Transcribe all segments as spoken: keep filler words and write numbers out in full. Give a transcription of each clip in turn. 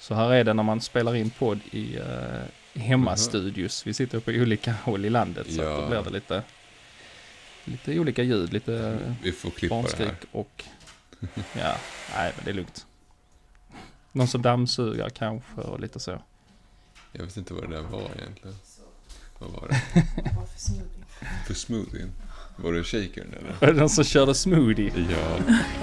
Så här är det när man spelar in podd i uh, hemmastudios. Vi sitter på olika håll i landet, så ja. att då blir det lite, lite olika ljud, lite vi får klippa det här. Och ja, nej, men det är lugnt. Någon som dammsugar kanske och lite så. Jag vet inte vad det där var egentligen. Vad var det? Vad för smoothie? För smoothie? Var det shakern eller? Var det någon som körde smoothie? Ja.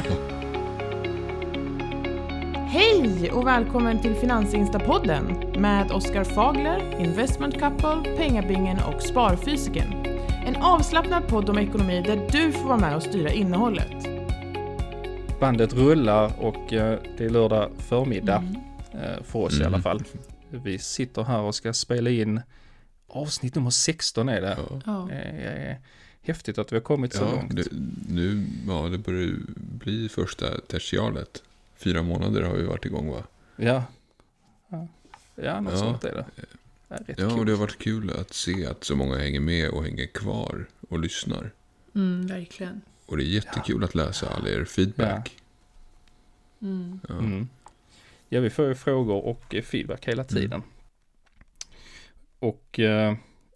Hej och välkommen till Finansinstapodden med Oskar Fagler, Investment Couple, Pengabingen och Sparfysiken. En avslappnad podd om ekonomi där du får vara med och styra innehållet. Bandet rullar och eh, det är lördag förmiddag Mm. eh, för oss Mm. i alla fall. Vi sitter här och ska spela in avsnitt nummer sexton är det. Ja. Ja. Eh, häftigt att vi har kommit så Ja, långt. det, nu, ja, det börjar ju bli första tertialet. Fyra månader har vi varit igång, va? Ja, ja, ja något Ja. sånt är det. Det är rätt Ja, kul. och det har varit kul att se att så många hänger med och hänger kvar och lyssnar. Mm, verkligen. Och det är jättekul att läsa all er feedback. Mm. Ja. Mm. Ja, vi får ju frågor och eh, feedback hela tiden. Mm. Och eh,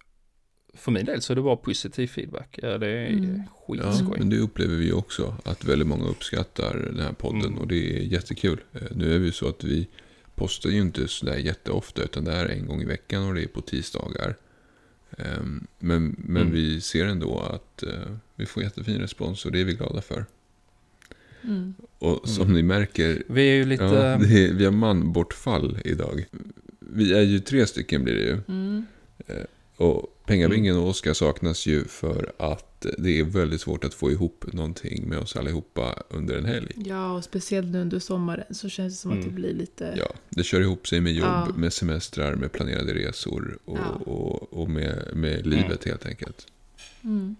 för min del så är det bara positiv feedback. Ja, det är Mm. skitskoj. Ja, men det upplever vi också, att väldigt många uppskattar den här podden. Mm. Och det är jättekul. Eh, Nu är vi så att vi postar ju inte sådär jätteofta, utan det är en gång i veckan och det är på tisdagar. Ehm, Men, men Mm. vi ser ändå att eh, vi får jättefin respons och det är vi glada för. Mm. Och som Mm. ni märker, Vi är ju lite... ja, det är, vi har manbortfall idag. Vi är ju tre stycken blir det ju. Mm. Och Pengabingen och Oskar saknas ju för att det är väldigt svårt att få ihop någonting med oss allihopa under en helg. Ja, och speciellt nu under sommaren så känns det som att Mm. det blir lite... Ja, det kör ihop sig med jobb, Ja. med semestrar, med planerade resor och, Ja. och, och med, med livet helt enkelt. Mm.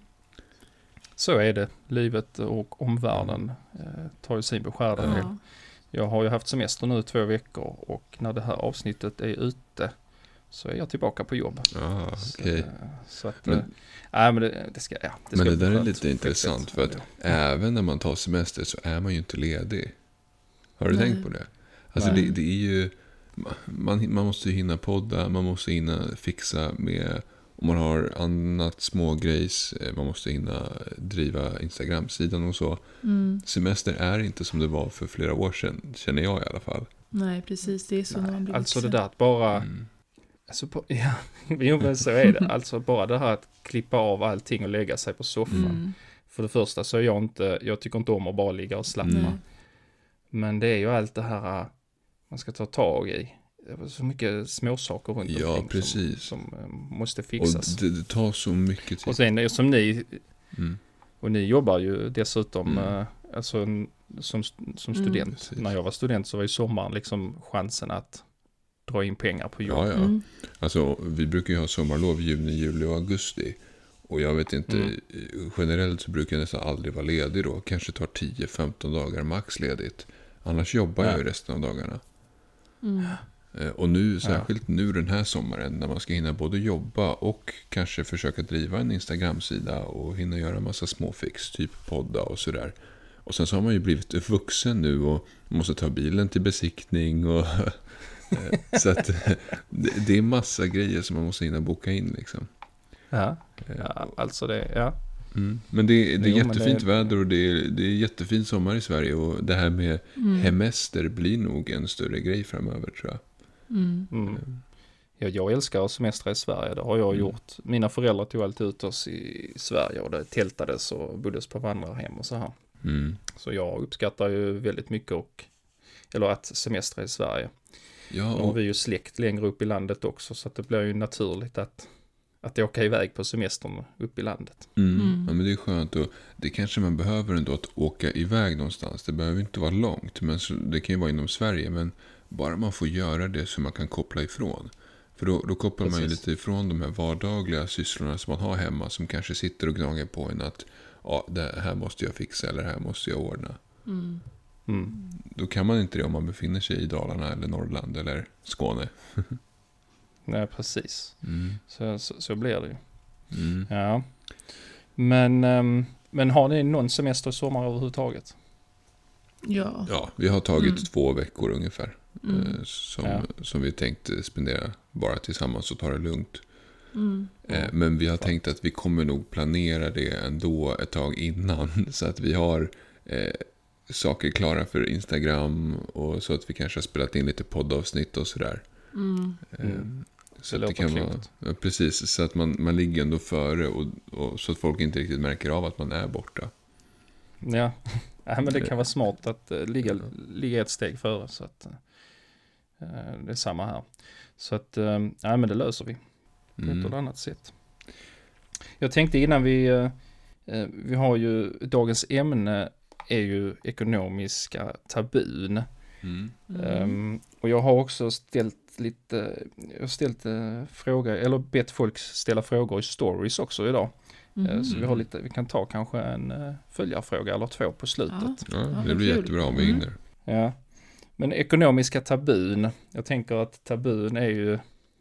Så är det. Livet och omvärlden eh, tar ju sin beskärda del. Ja. Jag har ju haft semester nu i två veckor och när det här avsnittet är ute så är jag tillbaka på jobb. Ah, Så, okej. eh, så att... Men- eh, nej, men det, det ska... Ja, det Men ska det bli där är skönt. lite intressant för att Ja. även när man tar semester så är man ju inte ledig. Har du Nej. tänkt på det? Alltså Nej. det, det är ju... Man, man måste ju hinna podda, man måste hinna fixa med... Om man har annat smågrejs, eh, man måste hinna driva Instagram-sidan och så. Mm. Semester är inte som det var för flera år sedan, känner jag i alla fall. Nej, precis. Det är så när man blir Alltså det vuxen. där att bara... Mm. Alltså, på, ja, jo men så är det. Alltså bara det här att klippa av allting och lägga sig på soffan. Mm. För det första så är jag inte... Jag tycker inte om att bara ligga och slappna. Mm. Nej. Men det är ju allt det här äh, man ska ta tag i. Det var så mycket småsaker runt Ja, omkring precis. som, som äh, måste Och fixas. det, det tar så mycket tid. Och sen är som ni, Mm. och ni jobbar ju dessutom Mm. äh, alltså, en- som, som Mm. student. Precis. När jag var student så var ju sommaren liksom chansen att dra in pengar på jobb. Ja, ja. Mm. Alltså, vi brukar ju ha sommarlov juni, juli och augusti. Och jag vet inte, Mm. generellt så brukar jag nästan aldrig vara ledig då. Kanske tar tio femton dagar max ledigt. Annars jobbar jag Ja. ju resten av dagarna. Mm. Eh, Och nu, särskilt nu den här sommaren, när man ska hinna både jobba och kanske försöka driva en Instagram-sida och hinna göra en massa småfix, typ podda och sådär. Och sen så har man ju blivit vuxen nu och måste ta bilen till besiktning och... eh, så att det, det är massa grejer som man måste hinna boka in liksom. Ja, Eh, ja alltså det, ja. Mm. Men det, det är Jo, men jättefint det- väder och det är, det är jättefin sommar i Sverige. Och det här med Mm. hemester blir nog en större grej framöver, tror jag. Mm. Mm. Ja, jag älskar att semestra i Sverige, det har jag Mm. gjort. Mina föräldrar tog alltid ut oss i Sverige och det tältades och boddes på vandrarhem och så här. Mm. Så jag uppskattar ju väldigt mycket och, eller att semestra i Sverige. Ja, Nu har och, vi ju släkt längre upp i landet också så att det blir ju naturligt att, att åka iväg på semestern upp i landet. mm. Mm. Ja, men det är skönt. Och det kanske man behöver ändå, att åka iväg någonstans. Det behöver inte vara långt, men så, det kan ju vara inom Sverige. Men bara man får göra det så man kan koppla ifrån. För då, då kopplar man ju Precis. lite ifrån de här vardagliga sysslorna som man har hemma. Som kanske sitter och gnager på en att ja, det här måste jag fixa eller det här måste jag ordna. Mm. Mm. Då kan man inte det om man befinner sig i Dalarna eller Norrland eller Skåne. Nej, precis. Mm. Så, så, så blir det ju. Mm. Ja. Men, ehm, men har ni någon semester i sommar överhuvudtaget? Ja. Ja, vi har tagit Mm. två veckor ungefär. Mm. Eh, som, ja. som vi tänkte spendera bara tillsammans och ta det lugnt. Mm. Eh, men vi har tänkt att vi kommer nog planera det ändå ett tag innan. Så att vi har eh, saker klara för Instagram. Och så att vi kanske har spelat in lite poddavsnitt och sådär. Mm. Eh, Mm. så det, det kan vara, ja, precis, så att man, man ligger ändå före. Och, och så att folk inte riktigt märker av att man är borta. Ja, ja men det kan vara smart att uh, ligga, ligga ett steg före. Så att uh, det är samma här. Så att, uh, ja men det löser vi. På Mm. ett eller annat sätt. Jag tänkte innan vi, uh, vi har ju, dagens ämne är ju ekonomiska tabun. Mm. Mm. Um, och jag har också ställt lite, jag har ställt uh, frågor, eller bett folk ställa frågor i stories också idag. Mm. Uh, så vi har lite, vi kan ta kanske en uh, följarfråga eller två på slutet. Ja, Ja, det blir kul. jättebra om vi Mm. hinner. Ja, men ekonomiska tabun, jag tänker att tabun är ju, uh,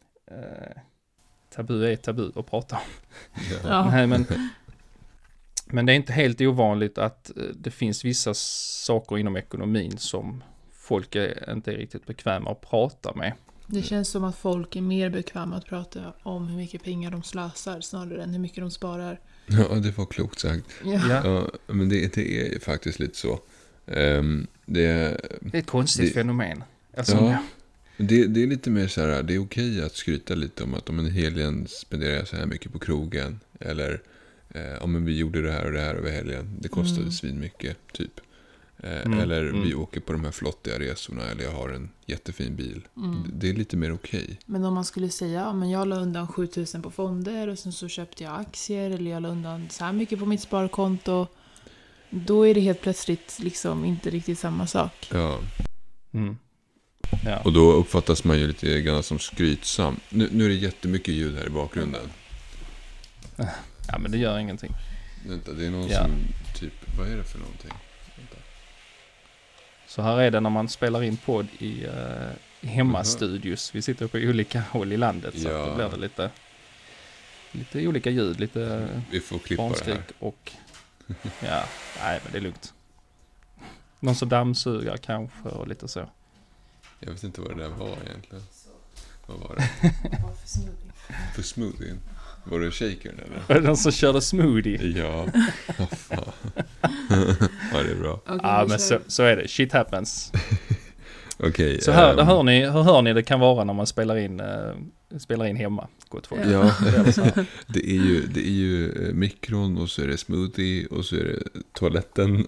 tabu är tabu att prata om. Ja. Ja. Nej, men, men det är inte helt ovanligt att uh, det finns vissa saker inom ekonomin som folk är, inte är riktigt bekväma att prata med. Det känns som att folk är mer bekväma att prata om hur mycket pengar de slösar snarare än hur mycket de sparar. Ja, det var klokt sagt. Ja. Ja. Ja, men det, det är faktiskt lite så. Um, det, Det är ett konstigt det, fenomen. Alltså, ja, det, det är lite mer så här, det är okej att skryta lite om att om en helgen spenderar jag så här mycket på krogen. Eller eh, om vi gjorde det här och det här över helgen. Det kostade Mm. svin mycket, typ. Eh, Mm, eller mm. vi åker på de här flottiga resorna. Eller jag har en jättefin bil. Mm. Det, det är lite mer okej. Men om man skulle säga, ja, men jag la undan sju tusen på fonder och sen så köpte jag aktier eller jag la undan så här mycket på mitt sparkonto. Då är det helt plötsligt liksom inte riktigt samma sak. Ja. mm. Ja. Och då uppfattas man ju lite grann som skrytsam. Nu, nu är det jättemycket ljud här i bakgrunden. ja, men det gör ingenting. Vänta, det är någon Ja. som typ, vad är det för någonting? Vänta. Så här är det när man spelar in podd i uh, hemmastudios. Vi sitter på olika håll i landet så Ja. att då blir det lite, lite olika ljud, lite Vi får klippa det barnskrik här. och ja, nej men det är lugnt. Någon som dammsugar kanske och lite så. Jag vet inte vad det där var egentligen. Vad var det? För smoothien? Var det shakern eller? Var det någon som körde smoothie? Ja. Vad fan. Ja, det är bra. Okay, Ja, men så, så är det. Shit happens. Okej. Så här, ehm, då hör ni, hur hör ni det kan vara när man spelar in, uh, spelar in hemma, gott folk. Ja, Det är så här. det är ju, det är ju eh, mikron och så är det smoothie och så är det toaletten.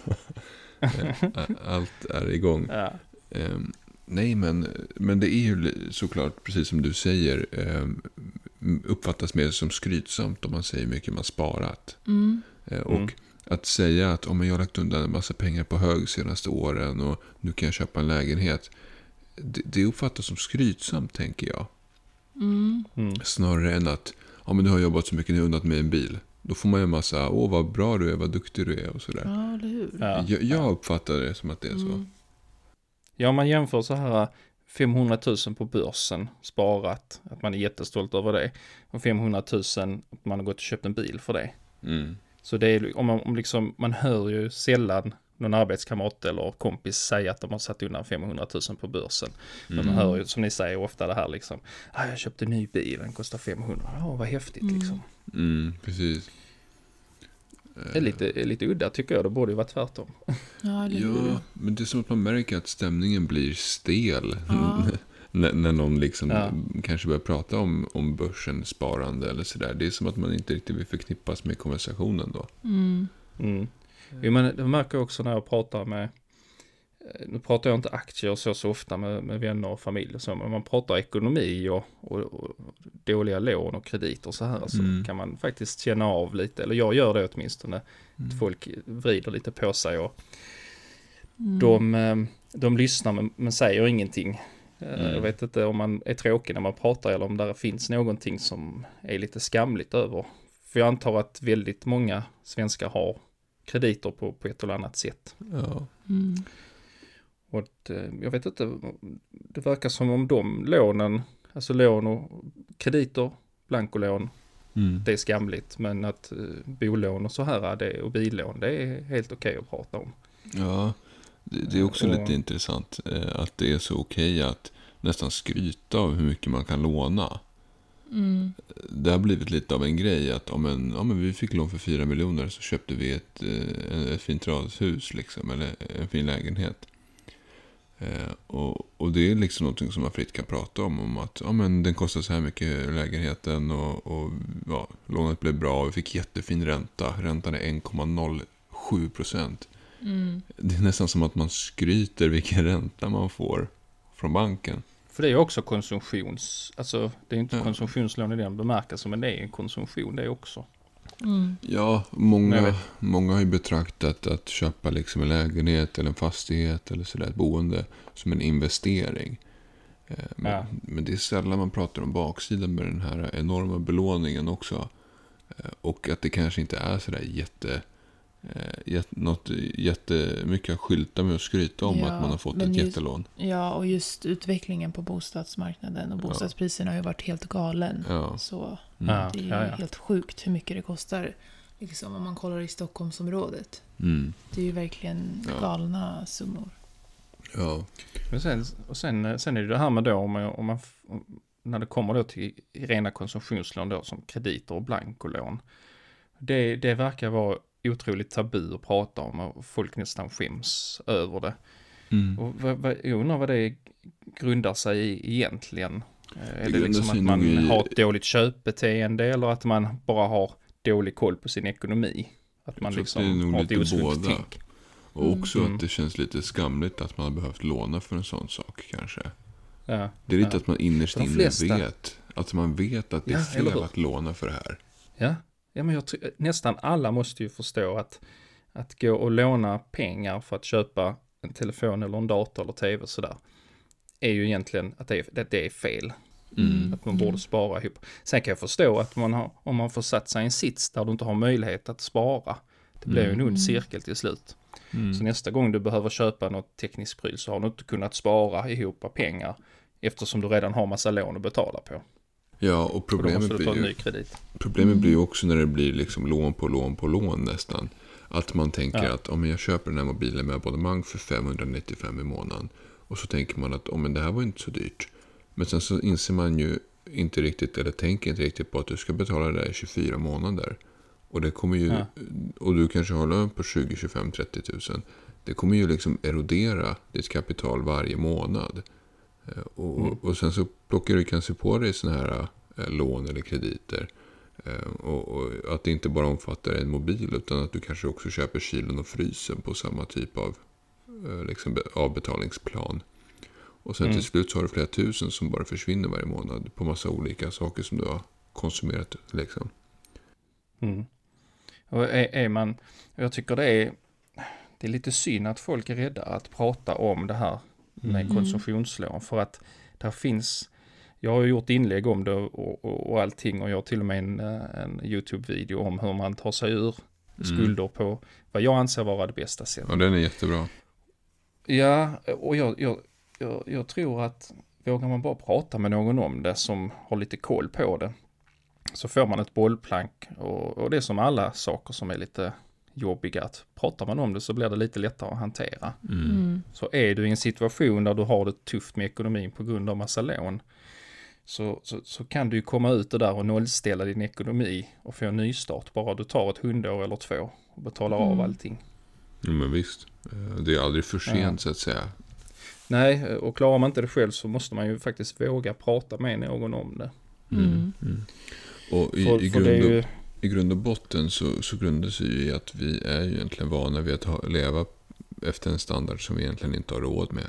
Allt är igång. Ja. Ehm, nej, men, men det är ju li- såklart, precis som du säger, ehm, uppfattas mer som skrytsamt om man säger hur mycket man sparat. Mm. Eh, och Mm. att säga att om jag har lagt undan en massa pengar på hög senaste åren och nu kan jag köpa en lägenhet. Det, det uppfattas som skrytsamt, tänker jag. Mm. Mm. Snarare än att ja, men du har jobbat så mycket, nu har unnat med en bil. Då får man ju en massa, åh vad bra du är, vad duktig du är och sådär. Ja, eller hur? Ja. Jag, jag uppfattar det som att det är så. Mm. Ja, om man jämför så här femhundratusen på börsen sparat, att man är jättestolt över det. Och femhundratusen att man har gått och köpt en bil för det. Mm. Så det är, om man, om liksom, man hör ju sällan någon arbetskamrat eller kompis säga att de har satt undan femhundratusen på börsen. Men man Mm. hör ju, som ni säger, ofta det här liksom, ah, jag köpte en ny bil, den kostar femhundra. Ja, vad häftigt Mm. liksom. Mm, precis. Det är lite, är lite udda tycker jag, det borde ju vara tvärtom. Ja, eller hur? Ja, men det är som att man märker att stämningen blir stel. Ja. när, när någon liksom Ja. kanske börjar prata om, om börsen, sparande eller sådär. Det är som att man inte riktigt vill förknippas med konversationen då. Mm. Mm. Jo, men det märker jag också när jag pratar med, nu pratar jag inte aktier så, så ofta med, med vänner och familj och så, men man pratar ekonomi och, och, och dåliga lån och krediter och så här, så Mm. kan man faktiskt känna av lite, eller jag gör det åtminstone, Mm. att folk vrider lite på sig och Mm. de, eh, de lyssnar men, men säger ingenting. Eh, Mm. Jag vet inte om man är tråkig när man pratar eller om det finns någonting som är lite skamligt över. För jag antar att väldigt många svenskar har krediter på, på ett eller annat sätt. Ja. Mm. Och att, eh, jag vet inte, det verkar som om de lånen, alltså lån och krediter, blankolån, Mm. det är skamligt. Men att eh, bolån och så här det, och billån, det är helt okej att prata om. Ja, Det, det är också och, lite intressant eh, att det är så okej att nästan skryta av hur mycket man kan låna. Mm. Det har blivit lite av en grej att om en, ja, men vi fick lån för fyra miljoner så köpte vi ett, ett fint radhus liksom, eller en fin lägenhet. Eh, och, och det är liksom något som man fritt kan prata om, om att ja, men den kostar så här mycket lägenheten och, och ja, lånet blev bra, vi fick jättefin ränta, räntan är en komma noll sju procent. Mm. Det är nästan som att man skryter vilken ränta man får från banken. För det är ju också konsumtions... Alltså, det är inte Ja. konsumtionslån i den bemärkelsen, men det är en konsumtion det är också. Mm. Ja, Men jag många, vet- många har ju betraktat att köpa liksom en lägenhet eller en fastighet eller sådär, ett boende som en investering. Eh, Men, Ja. men det är sällan man pratar om baksidan med den här enorma belåningen också. Eh, Och att det kanske inte är sådär jätte... eh, jät- Något jättemycket att skylta med och skryta om Ja, att man har fått men ett just- jättelån. Ja, och just utvecklingen på bostadsmarknaden och Ja. bostadspriserna har ju varit helt galen. Ja. Så Mm. Ja, det är ju ja, ja. helt sjukt hur mycket det kostar. Liksom om man kollar i Stockholmsområdet. Mm. Det är ju verkligen Ja. galna summor. Ja. Men sen, och sen, sen är det det här med då, om, jag- om man, f- om- när det kommer då till rena konsumtionslån då, som krediter och blankolån. Det, det verkar vara otroligt tabu att prata om och folk nästan skäms över det. Mm. Och vad, vad, jag undrar vad det grundar sig i egentligen. Eh, Är det grundar liksom sig att man nog i- har ett dåligt köpbeteende eller att man bara har dålig koll på sin ekonomi? Att man tror att det är liksom nog har ett lite osunt båda. tänk. Och också Mm. att det känns lite skamligt att man har behövt låna för en sån sak kanske. Ja. Det är lite Ja. att man innerst För de inne flesta. vet. Att man vet att det är Ja, eller fel hur? att låna för det här. Ja, ja men jag tror, nästan alla måste ju förstå att, att gå och låna pengar för att köpa en telefon eller en dator eller tv sådär, är ju egentligen att det är, att det är fel. Mm. Att man borde spara ihop. Sen kan jag förstå att man har, om man får satt sig i en sits där du inte har möjlighet att spara, det blir ju en ond cirkel till slut. Mm. Så nästa gång du behöver köpa något tekniskt pryl så har du inte kunnat spara ihop pengar eftersom du redan har massa lån att betala på. Ja, och Och då problemet måste du ta blir en ju... ny kredit. Problemet blir ju också när det blir liksom lån på lån på lån nästan. Att man tänker Ja. att om jag köper den här mobilen med abonnemang för femhundranittiofem i månaden. Och så tänker man att oh, men det här var inte så dyrt. Men sen så inser man ju inte riktigt, eller tänker inte riktigt på att du ska betala det där i tjugofyra månader. Och det kommer ju, Ja. och du kanske har lön på tjugo, tjugofem, trettio tusen. Det kommer ju liksom erodera ditt kapital varje månad. Eh, Och, Mm. och sen så plockar du kanske på dig såna här eh, lån eller krediter. Eh, Och, och att det inte bara omfattar en mobil utan att du kanske också köper kylen och frysen på samma typ av eh, liksom, be- avbetalningsplan. Och sen Mm. till slut så har du flera tusen som bara försvinner varje månad på massa olika saker som du har konsumerat. Liksom. Mm. Och är, är man, jag tycker det är, det är lite synd att folk är rädda att prata om det här med Mm. konsumtionslån för att där finns, jag har ju gjort inlägg om det och, och, och allting och jag har till och med en, en YouTube-video om hur man tar sig ur skulder på vad jag anser vara det bästa sättet. Ja, den är jättebra. Ja, och jag, jag, jag, jag tror att vågar man bara prata med någon om det som har lite koll på det så får man ett bollplank och, och det är som alla saker som är lite jobbiga att pratar man om det så blir det lite lättare att hantera. Mm. Mm. Så är du i en situation där du har det tufft med ekonomin på grund av massa lån så, så, så kan du ju komma ut det där och nollställa din ekonomi och få en nystart bara du tar ett hundår eller två och betalar av Mm. allting. Ja, men visst. Eh, Det är aldrig för sent Ja. så att säga. Nej, och klarar man inte det själv så måste man ju faktiskt våga prata med någon om det. Mm. Och i, För, i, för det är grund och, ju, i grund och botten så, så grundar sig ju i att vi är ju egentligen vana vid att ha, leva efter en standard som vi egentligen inte har råd med.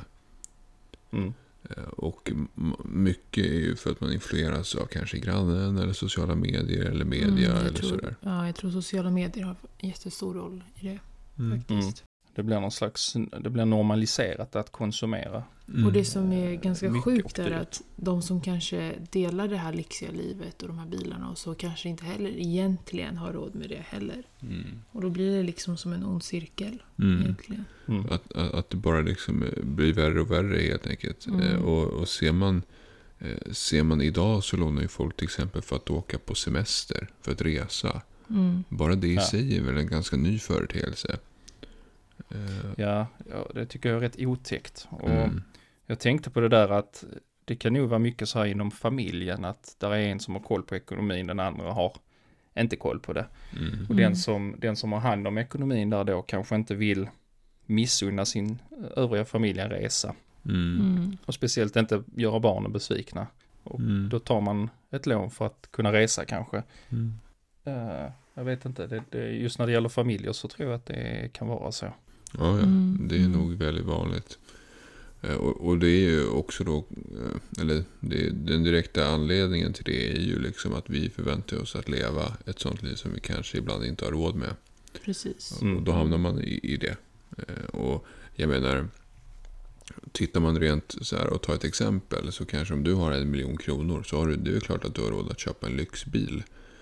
mm, Eh, Och m- mycket är ju för att man influeras av kanske grannen eller sociala medier eller media Mm, jag eller tror, sådär. Ja, jag tror sociala medier har en jättestor roll i det Mm. faktiskt. det blir någon slags, det blir normaliserat att konsumera. Mm. Och det som är ganska Mycket sjukt och är dyrt. att de som kanske delar det här lyxiga livet och de här bilarna och så kanske inte heller egentligen har råd med det heller. Mm. Och då blir det liksom som en ond cirkel Mm. egentligen. Mm. Att, att, att det bara liksom eh, blir värre och värre helt enkelt. Mm. Eh, Och, och ser man eh, ser man idag så lånar ju folk till exempel för att åka på semester, för att resa. Mm. Bara det i Ja. sig är väl en ganska ny företeelse. Eh, Ja, ja, det tycker jag är rätt otäckt. Och mm. jag tänkte på det där att det kan nog vara mycket så här inom familjen att där är en som har koll på ekonomin, den andra har inte koll på det. Mm. Och den som, den som har hand om ekonomin där då kanske inte vill missunna sin övriga familj en resa. Mm. Mm. Och speciellt inte göra barnen besvikna. Och Mm. då tar man ett lån för att kunna resa kanske. Mm. Uh, jag vet inte, det, det, just när det gäller familjer så tror jag att det kan vara så. Ja, ja. Mm. Det är Mm. nog väldigt vanligt. Eh, Och, och det är ju också då, eh, eller det, den direkta anledningen till det är ju liksom att vi förväntar oss att leva ett sånt liv som vi kanske ibland inte har råd med. Precis. Mm. Och då hamnar man i, i det. Eh, Och jag menar, tittar man rent så här och tar ett exempel, så kanske om du har en miljon kronor så har du, det är klart att du har råd att köpa en lyxbil.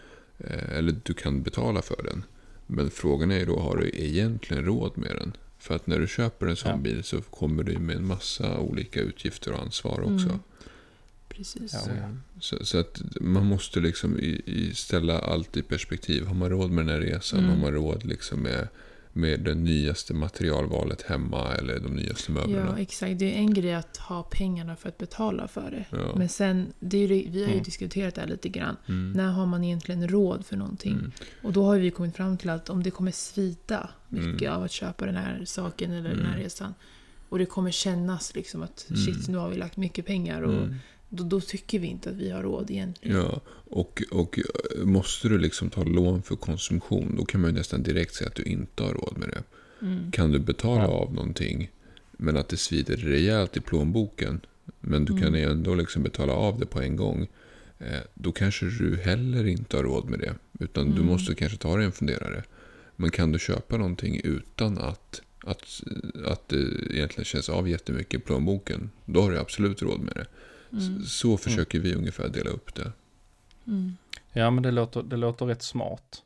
Eh, Eller du kan betala för den. Men frågan är ju då, har du egentligen råd med den? För att när du köper en sån Ja. bil så kommer du med en massa olika utgifter och ansvar också. Mm. Precis. Ja, ja. Så, så att man måste liksom i, i ställa allt i perspektiv. Har man råd med den här resan? Mm. Har man råd liksom med, med det nyaste materialvalet hemma eller de nyaste möblerna? Ja, exakt. Det är en grej att ha pengarna för att betala för det. Ja. Men sen, det är ju, det- vi har ju Mm. diskuterat det här lite grann. Mm. När har man egentligen råd för någonting? Mm. Och då har vi kommit fram till att om det kommer svida mycket Mm. av att köpa den här saken eller den här Mm. resan. Och det kommer kännas liksom att Mm. shit, nu har vi lagt mycket pengar. Och Mm. då, då tycker vi inte att vi har råd egentligen. Ja, och, och måste du liksom ta lån för konsumtion, då kan man ju nästan direkt säga att du inte har råd med det. Mm. Kan du betala Ja. av någonting, men att det svider rejält i plånboken, men du Mm. kan ändå liksom betala av det på en gång, eh, då kanske du heller inte har råd med det. Utan du Mm. måste kanske ta dig en funderare. Men kan du köpa någonting utan att, att, att det egentligen känns av jättemycket i plånboken, då har du absolut råd med det. Mm. S- Så försöker vi ungefär dela upp det. Mm. Ja, men det låter, det låter rätt smart.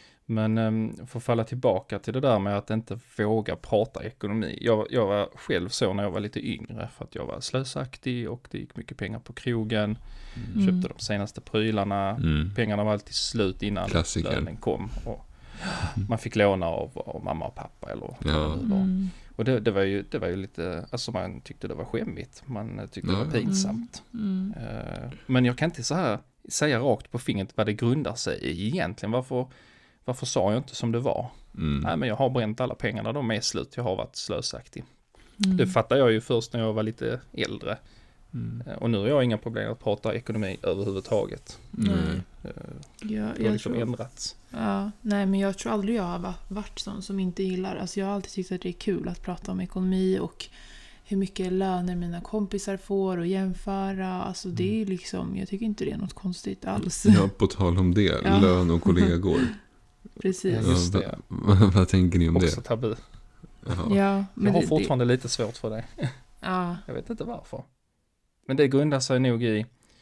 Men um, för att falla tillbaka till det där med att inte våga prata ekonomi. Jag, jag var själv så när jag var lite yngre, för att jag var slösaktig och det gick mycket pengar på krogen. Mm. Köpte de senaste prylarna. Mm. Pengarna var alltid slut innan Klassiker. lönen kom. Och man fick låna av, av mamma och pappa eller vad Ja. det nu var. Mm. Och det, det, var ju, det var ju lite, alltså man tyckte det var skämmigt. Man tyckte Ja, det var ja. pinsamt. Mm. Eh, Men jag kan inte så här säga rakt på fingret vad det grundar sig i egentligen. Varför, varför sa jag inte som det var? Mm. Nej, men jag har bränt alla pengarna, de är slut. Jag har varit slösaktig. Mm. Det fattar jag ju först när jag var lite äldre. Mm. Eh, Och nu har jag inga problem att prata ekonomi överhuvudtaget. Nej. Eh, Ja, Det har jag liksom tror, ändrats. ja, nej, men jag tror aldrig jag har va- varit sån som inte gillar. Alltså jag har alltid tyckt att det är kul att prata om ekonomi och hur mycket löner mina kompisar får och jämföra. Alltså det är liksom, jag tycker inte det är något konstigt alls. Ja, på tal om det. Ja. Lön och kollegor. Precis. Ja, just Ja, det. vad, vad, vad tänker ni om Också det? tabu. Jaha. Ja, men Jag har det, fortfarande lite svårt för det. det, ja, Jag vet inte varför. Men det grundar sig nog i,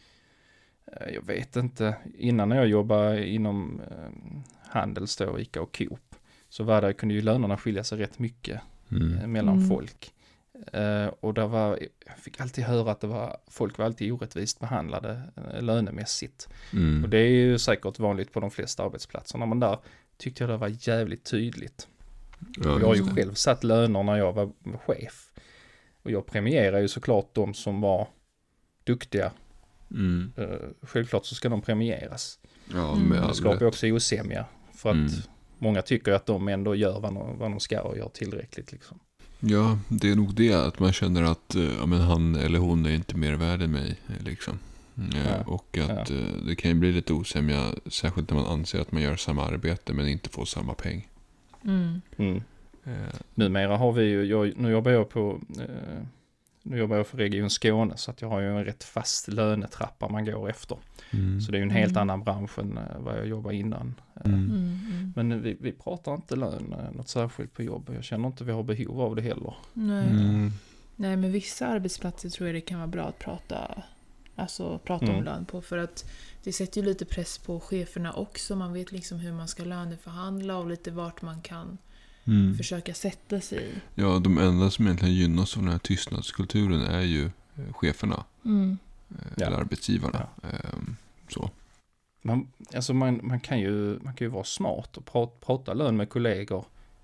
eh, jag vet inte, innan när jag jobbade inom eh, Handels då, Ica och Coop, så var det, kunde ju lönerna skilja sig rätt mycket eh, Mm. mellan Mm. folk. Eh, och där var, jag fick alltid höra att det var, folk var alltid orättvist behandlade eh, lönemässigt. Och Mm. det är ju säkert vanligt på de flesta arbetsplatserna, men där tyckte jag det var jävligt tydligt. Ja, Och jag har ju just det. själv satt löner när jag var chef. Och jag premierar ju såklart de som var duktiga. Mm. Uh, självklart så ska de premieras. Ja, Mm. med Men det all skapar ju rätt. också osämja. För att Mm. många tycker att de ändå gör vad de, vad de ska och gör tillräckligt. Liksom. Ja, det är nog det. Att man känner att eh, ja, men han eller hon är inte mer värd än mig. eh, Liksom. Eh, Ja. Och att eh, det kan ju bli lite osämja. Särskilt när man anser att man gör samma arbete men inte får samma peng. mm, Mm. Eh, Numera har vi ju, jag, nu jobbar jag på, eh, nu jobbar jag för Region Skåne, så att jag har ju en rätt fast lönetrappa man går efter. mm. Så det är ju en helt Mm. annan bransch än eh, vad jag jobbar innan. Eh, Mm. mm, mm. Men vi, vi pratar inte lön eh, något särskilt på jobb. Jag känner inte vi har behov av det heller. Nej. Mm. Nej, men vissa arbetsplatser tror jag det kan vara bra att prata, alltså prata om Mm. lön på. För att det sätter ju lite press på cheferna också. Man vet liksom hur man ska löneförhandla och lite vart man kan Mm. försöka sätta sig. Ja, de enda som egentligen gynnas av den här tystnadskulturen är ju eh, cheferna. Mm. eh, Ja. Eller arbetsgivarna. Ehm, Så. Man, alltså man, man, kan ju, man kan ju vara smart och prata, prata lön med kollegor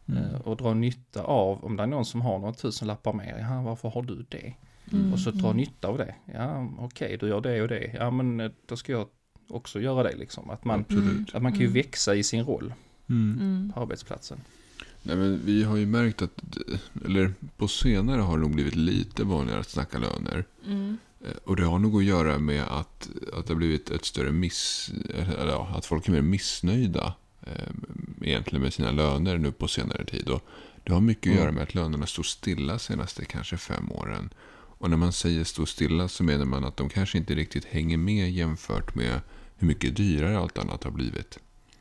Mm. Och dra nytta av, om det är någon som har några tusen lappar mer, ja, varför har du det? Mm. Och så dra Mm. nytta av det. Ja, okej, okay, du gör det och det. Ja, men då ska jag också göra det liksom. Att man, Absolut. att man kan ju Mm. växa i sin roll Mm. Mm. på arbetsplatsen. Nej, men vi har ju märkt att, eller på senare har det nog blivit lite vanligare att snacka löner. Mm. Och det har nog att göra med att, att det har blivit ett större miss, eller ja, att folk är mer missnöjda eh, egentligen med sina löner nu på senare tid. Och det har mycket att Mm. göra med att lönerna står stilla senaste kanske fem åren. Och när man säger stå stilla så menar man att de kanske inte riktigt hänger med jämfört med hur mycket dyrare allt annat har blivit.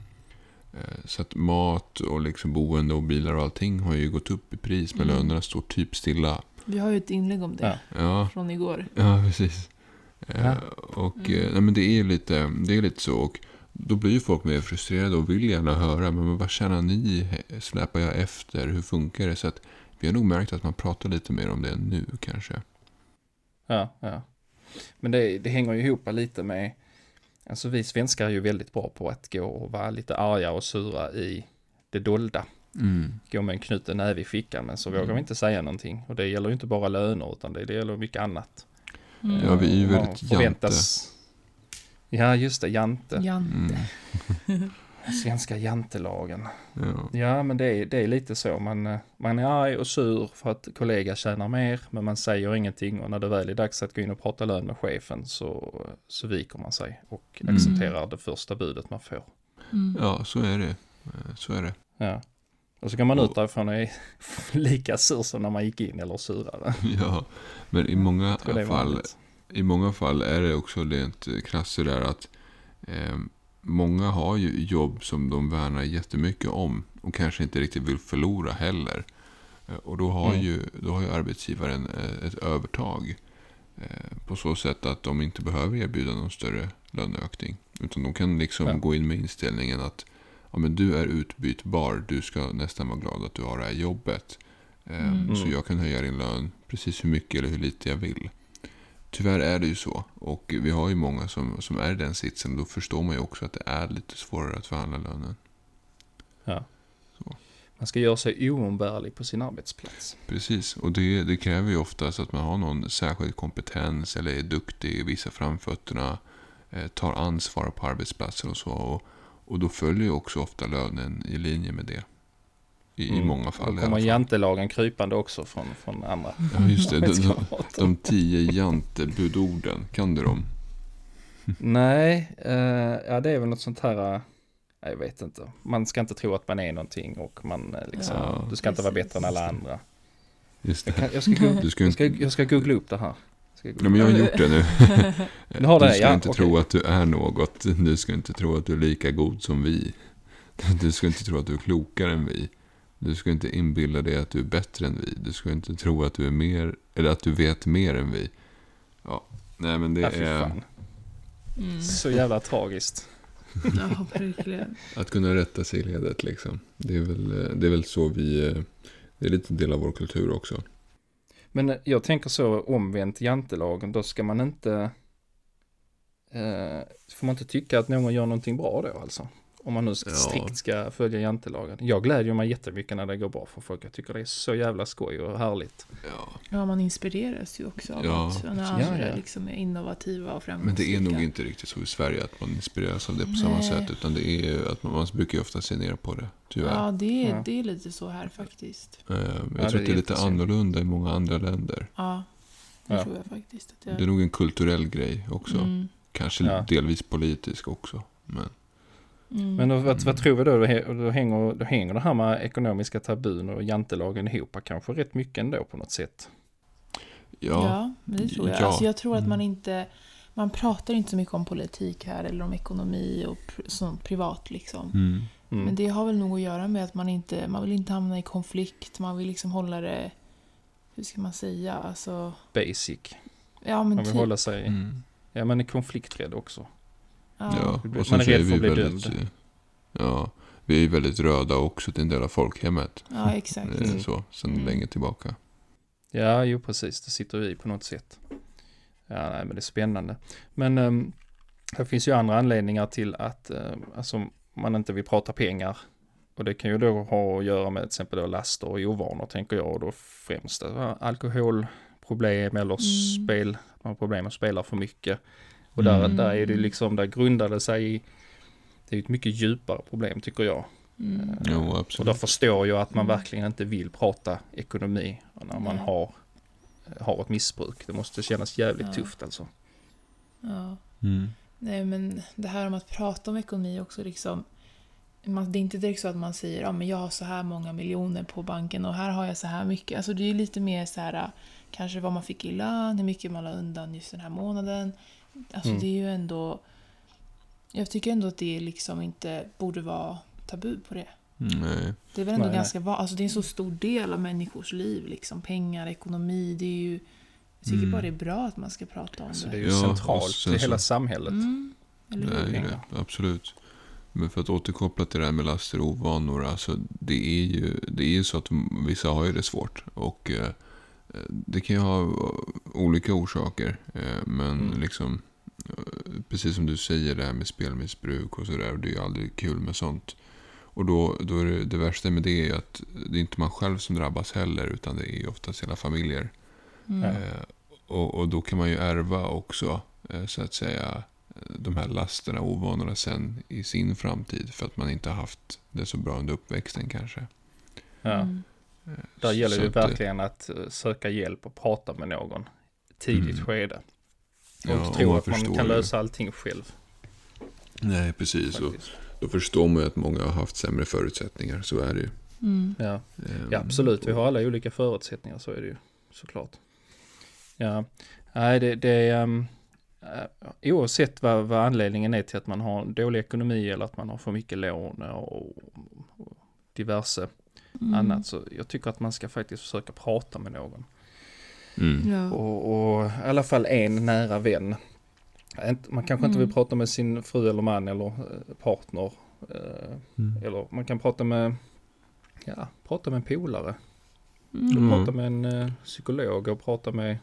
Så att mat och liksom boende och bilar och allting har ju gått upp i pris, men Mm. lönerna står typ stilla. Vi har ju ett inlägg om det Ja. Ja, från igår. ja precis. Ja. Eh, Och Mm. eh, nej, men det är lite, det är lite så. Och då blir ju folk mer frustrerade och vill gärna höra, men vad tjänar ni? Släpar jag efter? Hur funkar det? Så att vi har nog märkt att man pratar lite mer om det nu kanske. Ja, ja. Men det, det hänger ju ihop lite med, alltså vi svenskar är ju väldigt bra på att gå och vara lite arga och sura i det dolda. Mm. Gå med en knuten näve i fickan, men så Mm. vågar vi inte säga någonting. Och det gäller ju inte bara löner, utan det, det gäller mycket annat. Mm. Ja, vi är ju Man väldigt förväntas... Ja, just det, jante. Jante. Mm. Svenska jantelagen. Ja. Ja, men det är, det är lite så. Man, man är arg och sur för att kollega tjänar mer, men man säger ingenting. Och när det väl är dags att gå in och prata lön med chefen så, så viker man sig och Mm. accepterar det första budet man får. Mm. ja, så är det. Eh, Så är det. Ja. Och så kan man ut därifrån och är lika sur som när man gick in, eller surare. Ja, men i många Jag tror det är fall vanligt. I många fall är det också rent krasst så där att eh, många har ju jobb som de värnar jättemycket om och kanske inte riktigt vill förlora heller. Eh, och då har, Mm. ju, då har ju arbetsgivaren eh, ett övertag eh, på så sätt att de inte behöver erbjuda någon större löneökning. Utan de kan liksom Ja. gå in med inställningen att ja, men du är utbytbar, du ska nästan vara glad att du har det här jobbet. Eh, Mm. Så jag kan höja din lön precis hur mycket eller hur lite jag vill. Tyvärr är det ju så. Och vi har ju många som, som är i den sitsen. Då förstår man ju också att det är lite svårare att förhandla lönen. Ja. Så. Man ska göra sig oumbärlig på sin arbetsplats. Precis. Och det, det kräver ju oftast att man har någon särskild kompetens. Eller är duktig, visar framfötterna. Eh, tar ansvar på arbetsplatsen och så. Och, och då följer ju också ofta lönen i linje med det. I, i Mm. många fall Då i alla kommer fall. jantelagen krypande också från, från andra. Ja, just det. De, de, arbetskamrater. de tio jantebudorden. Kan du dem? Nej, eh, ja det är väl något sånt här, eh, jag vet inte. Man ska inte tro att man är någonting och man eh, liksom, Ja, du ska inte vara precis. bättre än alla andra. Just Jag, det. kan, jag, ska, googla, Du ska jag, ska, inte... jag ska googla upp det här. Ska jag Ja, men jag har gjort det nu. Du har det, du ska ja, inte okej. tro att du är något. Du ska inte tro att du är lika god som vi. Du ska inte tro att du är klokare än vi. Du ska inte inbilla dig att du är bättre än vi. Du ska inte tro att du är mer, eller att du vet mer än vi. Ja, nej men det Ja, fy är fan. Mm. Så jävla tragiskt. Ja, verkligen. att kunna rätta sig i ledet liksom. Det är väl, det är väl så vi, det är lite en del av vår kultur också. Men eh, jag tänker så omvänt jantelagen, då ska man inte, eh, får man inte tycka att någon gör någonting bra då alltså. Om man nu Ja. strikt ska följa jantelagen. Jag glädjer mig jättemycket när det går bra för folk. Jag tycker det är så jävla skoj och härligt. Ja. Ja, man inspireras ju också av Ja, att när precis. andra Ja, ja. liksom är innovativa och Men framgångsrika. det är nog inte riktigt så i Sverige att man inspireras av det på samma Nej. sätt. Utan det är att man, man brukar ju ofta se ner på det, tyvärr. Ja, det är, Ja. det är lite så här faktiskt. Eh, Jag Ja, tror det att är det är lite jättesynd. annorlunda i många andra länder. Ja, det Ja. tror jag faktiskt. Att jag... Det är nog en kulturell grej också. Mm. Kanske Ja. delvis politisk också. Men Mm. Men då, vad, vad tror vi då? Då, hä- då, hänger, då hänger det här med ekonomiska tabun och jantelagen ihop kanske rätt mycket ändå på något sätt. ja, Ja, det tror jag. Ja. Alltså jag tror att Mm. man inte... Man pratar inte så mycket om politik här eller om ekonomi och pr- sånt privat liksom. Mm. Mm. Men det har väl nog att göra med att man inte... Man vill inte hamna i konflikt. Man vill liksom hålla det... Hur ska man säga? Alltså... Basic. Ja, men Man vill typ. hålla sig, Mm. ja man är konflikträdd också. Ja. Ja, Man och sen är så rädd är för vi att bli väldigt... dömd. Ja, vi är ju väldigt röda också till en del av folkhemmet. Ja, exakt. Eh, Mm. Så, sen Mm. länge tillbaka. Ja, jo precis. Det sitter i på något sätt. Ja, nej, men det är spännande. Men um, det finns ju andra anledningar till att uh, alltså, man inte vill prata pengar Och det kan ju då ha att göra med till exempel då laster och ovanor, tänker jag. Och då främst ja, alkoholproblem eller mm. spel, man har problem att spela för mycket. Och där, mm. där är det liksom, där grundade sig i, det är ett mycket djupare problem tycker jag. Mm. Uh, jo, absolut. Och då förstår jag att man mm. verkligen inte vill prata ekonomi när man Nej. har, har ett missbruk. Det måste kännas jävligt ja. tufft alltså. Ja. Mm. Nej, men det här om att prata om ekonomi också liksom, man, det är inte direkt så att man säger ja, men jag har så här många miljoner på banken och här har jag så här mycket. Alltså det är ju lite mer så här, kanske vad man fick i lön, hur mycket man la undan just den här månaden. Alltså Mm. det är ju ändå, jag tycker ändå att det liksom inte borde vara tabu på det. Nej. Det är väl ändå Nej, ganska va- alltså det är en så stor del av människors liv liksom, pengar, ekonomi, det är ju, jag tycker Mm. bara det är bra att man ska prata om Alltså det. det är ju Ja, centralt och sen i hela så- samhället. Mm. Eller Det är hur? ju det, absolut. Men för att återkoppla till det här med laster och ovanor, alltså det är ju det är ju så att vissa har ju det svårt. Och eh, det kan ju ha olika orsaker. Eh, men Mm. liksom, eh, precis som du säger det här med spelmissbruk och sådär, och det är ju aldrig kul med sånt. Och då, då är det, det värsta med det är att det är inte man själv som drabbas heller, utan det är oftast hela familjer. Mm. Eh, och, och då kan man ju ärva också, eh, så att säga, de här lasterna och ovanorna sen i sin framtid, för att man inte har haft det så bra under uppväxten kanske. Ja. Mm. Eh, Där gäller så det att verkligen att eh, söka hjälp och prata med någon tidigt Mm. skede. Och Ja, och tro man att man förstår kan ju. lösa allting själv. Nej, precis. Och Faktiskt. då förstår man ju att många har haft sämre förutsättningar, så är det ju. Mm. Ja. Ehm, ja, absolut. Vi har alla olika förutsättningar, så är det ju såklart. Ja, nej det, det är um, uh, oavsett vad, vad anledningen är till att man har dålig ekonomi eller att man har för mycket lån och, och diverse Mm. annat, så jag tycker att man ska faktiskt försöka prata med någon. Mm. Ja. Och, och i alla fall en nära vän. Man kanske inte Mm. vill prata med sin fru eller man eller eh, partner. eh, Mm. Eller man kan prata med, ja, prata med en polare. Mm. Prata med en eh, psykolog och prata med,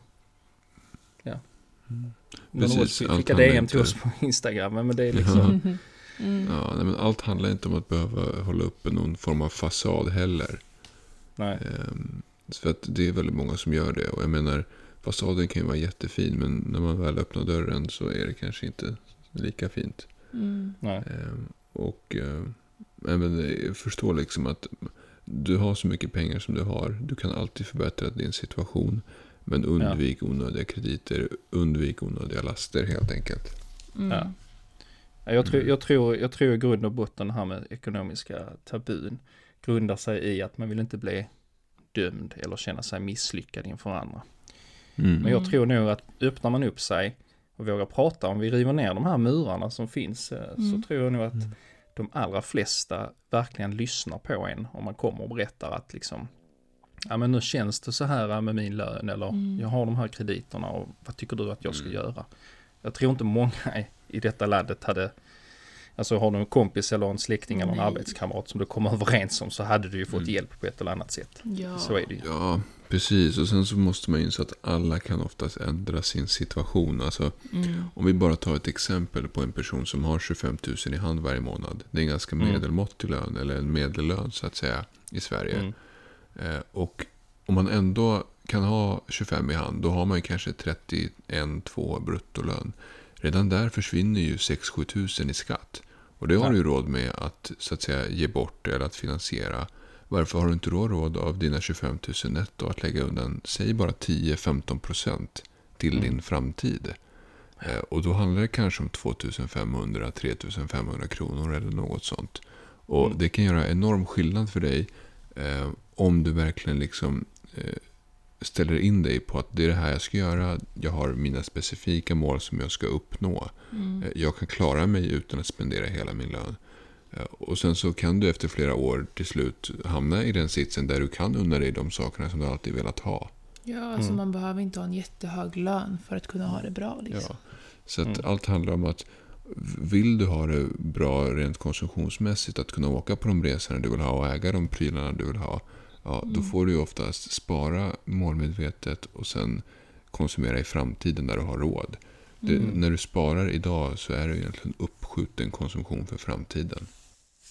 ja. Mm. Någon Precis, åt- Skicka allt D handlar M till inte- oss på Instagram. Men det är liksom, Mm. Mm. Ja, nej, men allt handlar inte om att behöva hålla uppe någon form av fasad heller. nej. Ehm, för att det är väldigt många som gör det. Och jag menar, fasaden kan ju vara jättefin, men när man väl öppnar dörren så är det kanske inte lika fint. Mm. nej. Ehm, och ehm, även jag förstår liksom att du har så mycket pengar som du har. Du kan alltid förbättra din situation. Men undvik onödiga krediter, undvik onödiga laster helt enkelt. Mm. Ja. Ja, Jag tror, jag, tror, jag tror i grund och botten här med ekonomiska tabun grundar sig i att man vill inte bli dömd eller känna sig misslyckad inför andra. Mm. Men jag Mm. tror nog att öppnar man upp sig och vågar prata, om vi river ner de här murarna som finns, eh, Mm. så tror jag nog att Mm. de allra flesta verkligen lyssnar på en om man kommer och berättar att liksom, ja men nu känns det så här med min lön, eller Mm. jag har de här krediterna och vad tycker du att jag ska Mm. göra? Jag tror inte många i detta landet hade, alltså har du en kompis eller en släkting eller en Nej. arbetskamrat som du kommer överens om, så hade du ju fått Mm. hjälp på ett eller annat sätt. Ja. Så är det ju. Ja, precis. Och sen så måste man inse att alla kan oftast ändra sin situation. Alltså, Mm. om vi bara tar ett exempel på en person som har tjugofem tusen i hand varje månad. Det är en ganska Mm. medelmåttig lön, eller en medellön så att säga, i Sverige. Mm. Eh, och om man ändå kan ha tjugofem i hand, då har man ju kanske trettioen två bruttolön. Redan där försvinner ju sex sju tusen i skatt. Och det har Ja. du ju råd med att, så att säga, ge bort eller att finansiera. Varför har du inte då råd av dina tjugofem tusen netto att lägga undan, säg bara tio till femton procent till Mm. din framtid? Eh, och då handlar det kanske om tvåtusenfemhundra till tretusenfemhundra kronor eller något sånt. Och Mm. det kan göra enorm skillnad för dig eh, om du verkligen liksom eh, ställer in dig på att det är det här jag ska göra. Jag har mina specifika mål som jag ska uppnå. Mm. Eh, Jag kan klara mig utan att spendera hela min lön. Eh, Och sen så kan du efter flera år till slut hamna i den sitsen där du kan unna dig de sakerna som du alltid velat ha. Ja, alltså Mm. man behöver inte ha en jättehög lön för att kunna ha det bra. Liksom. Ja. Så att Mm. allt handlar om att vill du ha det bra rent konsumtionsmässigt, att kunna åka på de resorna du vill ha och äga de prylarna du vill ha, ja, då Mm. får du ju oftast spara målmedvetet och sen konsumera i framtiden där du har råd. Det, Mm. när du sparar idag så är det egentligen uppskjuten konsumtion för framtiden.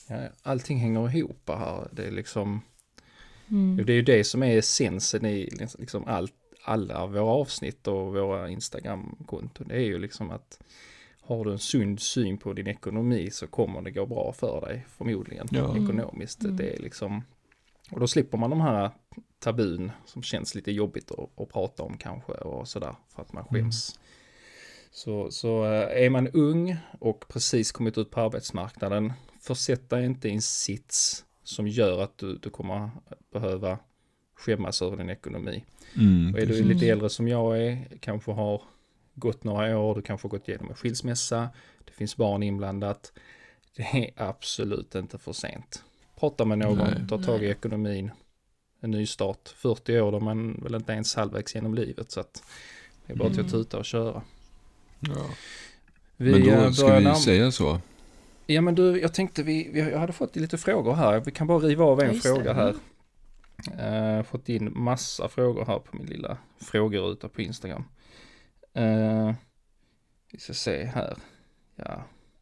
Ja, allting hänger ihop här. Det är liksom, Mm. det är ju det som är essensen i liksom allt, alla våra avsnitt och våra Instagram-konton. Det är ju liksom att har du en sund syn på din ekonomi så kommer det gå bra för dig förmodligen Ja. ekonomiskt. Mm. Det är liksom, och då slipper man de här tabun som känns lite jobbigt att, att prata om kanske och sådär för att man skäms. Mm. Så, så är man ung och precis kommit ut på arbetsmarknaden, försätt dig inte i en sits som gör att du, du kommer behöva skämmas över din ekonomi. Mm, och är du precis. lite äldre som jag är, kanske har gått några år, du kanske har gått igenom en skilsmässa, det finns barn inblandat, det är absolut inte för sent. Prata med någon, Nej. ta tag i Nej. ekonomin, en ny start, fyrtio år, då man väl inte ens halvvägs genom livet, så att det är bara till att Mm. tuta och köra. Ja. Vi Men eh, då ska börjar vi närma- säga så. Ja, men du, jag tänkte vi, vi jag hade fått lite frågor här. Vi kan bara riva av en Ja, just fråga det. här. Uh, fått in massa frågor här på min lilla frågeruta på Instagram. Uh, vi ska se här. Ja.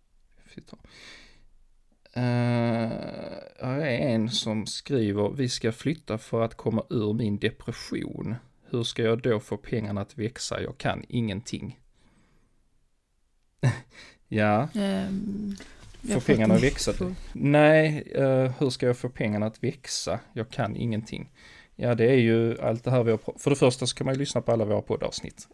Uh, här är en som skriver: vi ska flytta för att komma ur min depression. Hur ska jag då få pengarna att växa? Jag kan ingenting. Ja. Ehm, Få jag fattar pengarna att inte. växa. Nej, uh, hur ska jag få pengarna att växa? Jag kan ingenting. Ja, det är ju allt det här vi har... För det första så kan man ju lyssna på alla våra poddavsnitt.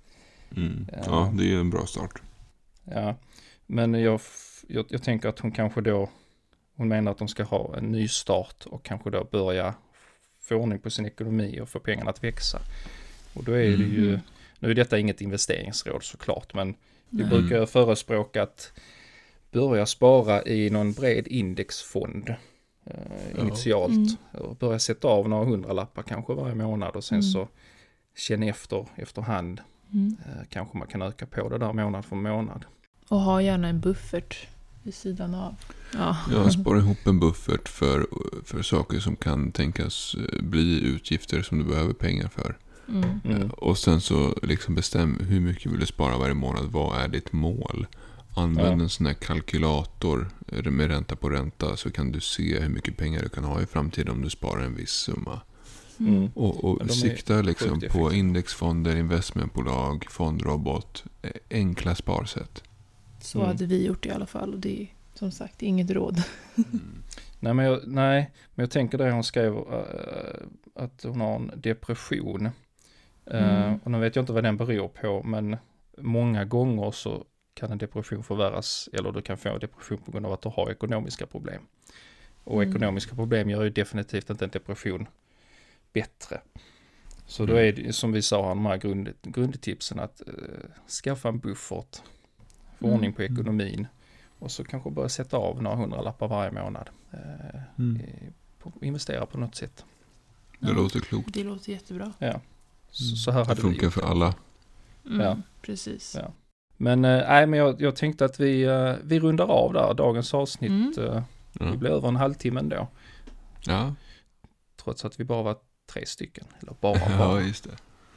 Mm. Ja. Ja, det är en bra start. Ja, men jag, jag, jag tänker att hon kanske då... Hon menar att de ska ha en ny start och kanske då börja få ordning på sin ekonomi och få pengarna att växa. Och då är det ju... Mm. Nu är detta inget investeringsråd såklart, men vi Nej. brukar förespråka att börja spara i någon bred indexfond eh, Ja. initialt. Mm. Och börja sätta av några hundralappar kanske varje månad och sen Mm. så känna efter efterhand. Mm. Eh, kanske man kan öka på det där månad för månad. Och ha gärna en buffert vid sidan av. Ja. Jag sparar ihop en buffert för, för saker som kan tänkas bli utgifter som du behöver pengar för. Mm. Mm. Och sen så liksom bestäm hur mycket vill du spara varje månad. Vad är ditt mål? Använd Ja. en sån här kalkylator med ränta på ränta så kan du se hur mycket pengar du kan ha i framtiden om du sparar en viss summa. Mm. Och, och Men de är sikta liksom sjukt på effektiva. indexfonder, investmentbolag, fondrobot. eh, Enkla sparsätt. Så Mm. hade vi gjort i alla fall. Och det är som sagt inget råd. Nej, men jag, nej, men jag tänker det hon skrev uh, att hon har en depression. Uh, Mm. Och nu vet jag inte vad den beror på, men många gånger så kan en depression förvärras, eller du kan få en depression på grund av att du har ekonomiska problem. Och Mm. ekonomiska problem gör ju definitivt inte en depression bättre. Så då är det som vi sa, de här grund, grundtipsen att uh, skaffa en buffert, få Mm. ordning på ekonomin och så kanske börja sätta av några hundralappar varje månad. Uh, Mm. i- på, investera på något sätt. Det Ja. låter klokt. Det låter jättebra. Så, så här Det hade vi funkar gjort för det. alla. Mm. Ja. Precis. Ja. Men eh, nej, men jag, jag tänkte att vi, eh, vi rundar av där. Dagens avsnitt, Mm. eh, Ja. det blir över en halvtimme ändå. Ja, Trots att vi bara var tre stycken. Eller bara, ja bara. just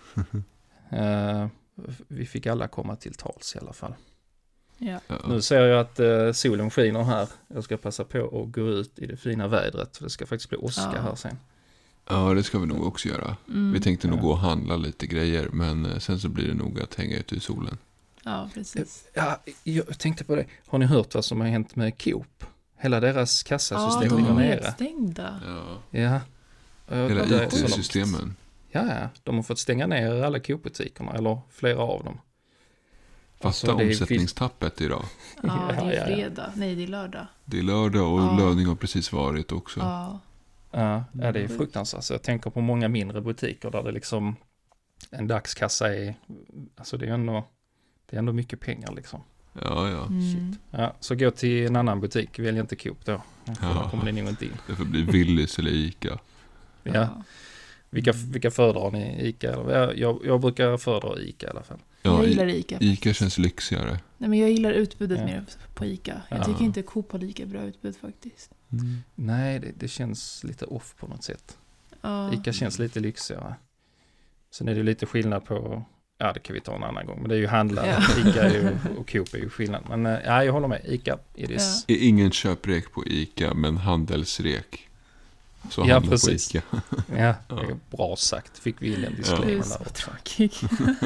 det. Eh, vi fick alla komma till tals i alla fall. Ja. Ja. Nu ser jag att eh, solen skiner här. Jag ska passa på att gå ut i det fina vädret. För det ska faktiskt bli åska Ja. här sen. ja, det ska vi nog också göra. Mm. Vi tänkte nog Ja. gå och handla lite grejer, men eh, sen så blir det nog att hänga ute i solen. Ja, precis. Ja, jag tänkte på det. Har ni hört vad som har hänt med Coop? Hela deras Ja, kassasystem de ligger är nere. nedstängda. Ja. Ja. Och jag- Hela det är så långt. I T-systemen. Ja, ja, de har fått stänga ner alla Coop-butikerna, eller flera av dem. Fatta Alltså, det är- omsättningstappet idag. Ja, det Ja, är ja, ja. fredag. Nej, det är lördag. Det är lördag och Ja. löning har precis varit också. Ja. Ja, ja, det är Mm. fruktansvärt. Så jag tänker på många mindre butiker där det liksom en dagskassa är, alltså det är ändå, det är ändå mycket pengar liksom. Ja, ja. Mm. Ja, så gå till en annan butik, välj inte Coop då. För Ja. då kommer ni nog inte in. Det får bli Willys eller Ica. Ja. Vilka, vilka föredrar ni? Ica? Eller? Jag, jag, jag brukar föredra Ica i alla fall. Ja, Jag I- gillar Ica. Ica känns lyxigare. Nej, men jag gillar utbudet Ja. mer på Ica. Jag Ja. tycker inte Coop har lika bra utbud faktiskt. Mm. Nej, det, det känns lite off på något sätt. Ja. Ica känns lite lyxigare. Sen är det lite skillnad på Ja, det kan vi ta en annan gång. Men det är ju handlare. Ja. Ica är ju, och Coop är ju skillnad. Men äh, ja, jag håller med. Ica, it is. Ja. Ingen köprek på Ica, men handelsrek. Så ja, handla precis. på Ica. Ja, det är bra sagt. Fick vi in en disclaimer ja. där också. Tråkigt.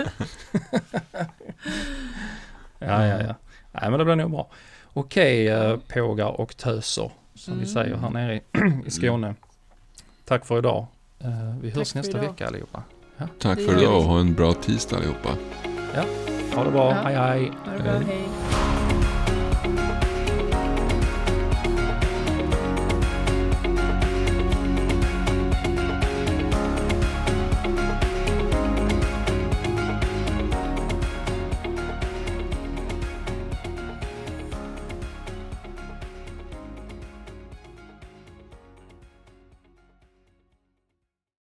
ja, ja, ja. Nej, men det blir nog bra. Okej, äh, pågar och töser. Som mm. vi säger här nere i, i Skåne. Tack för idag. Uh, vi hörs nästa idag. vecka allihopa. Ja. Tack för idag och ha en bra tisdag allihopa. Ja, ha det bra. Ja. Hej hej. Ha det bra, hej.